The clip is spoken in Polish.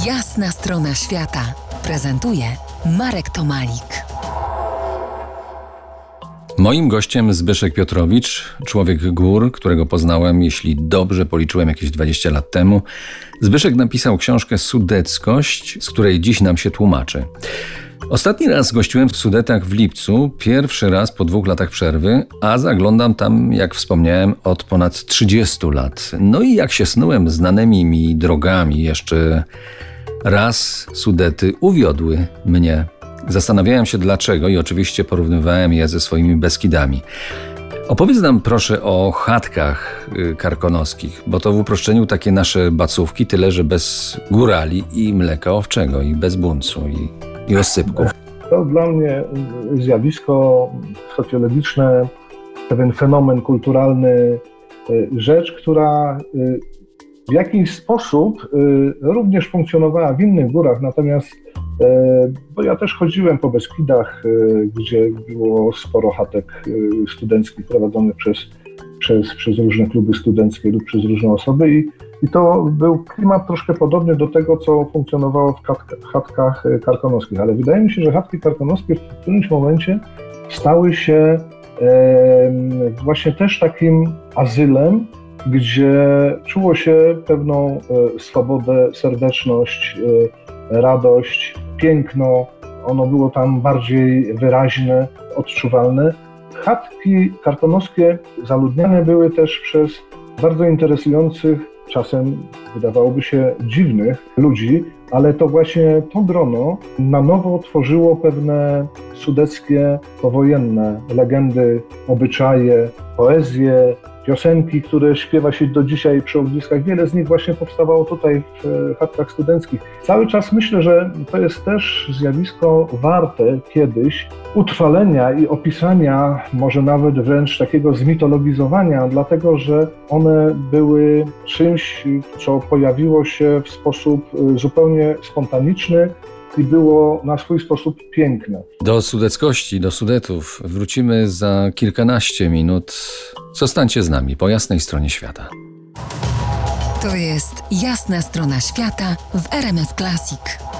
Jasna strona świata prezentuje Marek Tomalik. Moim gościem Zbyszek Piotrowicz, człowiek gór, którego poznałem, jeśli dobrze policzyłem, jakieś 20 lat temu. Zbyszek napisał książkę Sudeckość, z której dziś nam się tłumaczy. Ostatni raz gościłem w Sudetach w lipcu, pierwszy raz po 2 latach przerwy, a zaglądam tam, jak wspomniałem, od ponad 30 lat. No i jak się snułem znanymi mi drogami, jeszcze raz Sudety uwiodły mnie. Zastanawiałem się dlaczego i oczywiście porównywałem je ze swoimi Beskidami. Opowiedz nam proszę o chatkach karkonoskich, bo to w uproszczeniu takie nasze bacówki, tyle że bez górali i mleka owczego i bez buncu i oscypków. To dla mnie zjawisko socjologiczne, pewien fenomen kulturalny, rzecz, która w jakiś sposób również funkcjonowała w innych górach, natomiast bo ja też chodziłem po Beskidach, gdzie było sporo chatek studenckich prowadzonych przez różne kluby studenckie lub przez różne osoby i to był klimat troszkę podobny do tego, co funkcjonowało w chatkach karkonoskich, ale wydaje mi się, że chatki karkonoskie w którymś momencie stały się właśnie też takim azylem, gdzie czuło się pewną swobodę, serdeczność, radość, piękno. Ono było tam bardziej wyraźne, odczuwalne. Chatki karkonoskie zaludniane były też przez bardzo interesujących, czasem wydawałoby się dziwnych ludzi, ale to właśnie to grono na nowo tworzyło pewne sudeckie, powojenne legendy, obyczaje, poezje, piosenki, które śpiewa się do dzisiaj przy ogniskach. Wiele z nich właśnie powstawało tutaj w chatkach studenckich. Cały czas myślę, że to jest też zjawisko warte kiedyś utrwalenia i opisania, może nawet wręcz takiego zmitologizowania, dlatego że one były czymś, co pojawiło się w sposób zupełnie spontaniczny i było na swój sposób piękne. Do sudeckości, do Sudetów wrócimy za kilkanaście minut. Zostańcie z nami po jasnej stronie świata. To jest Jasna strona świata w RMF Classic.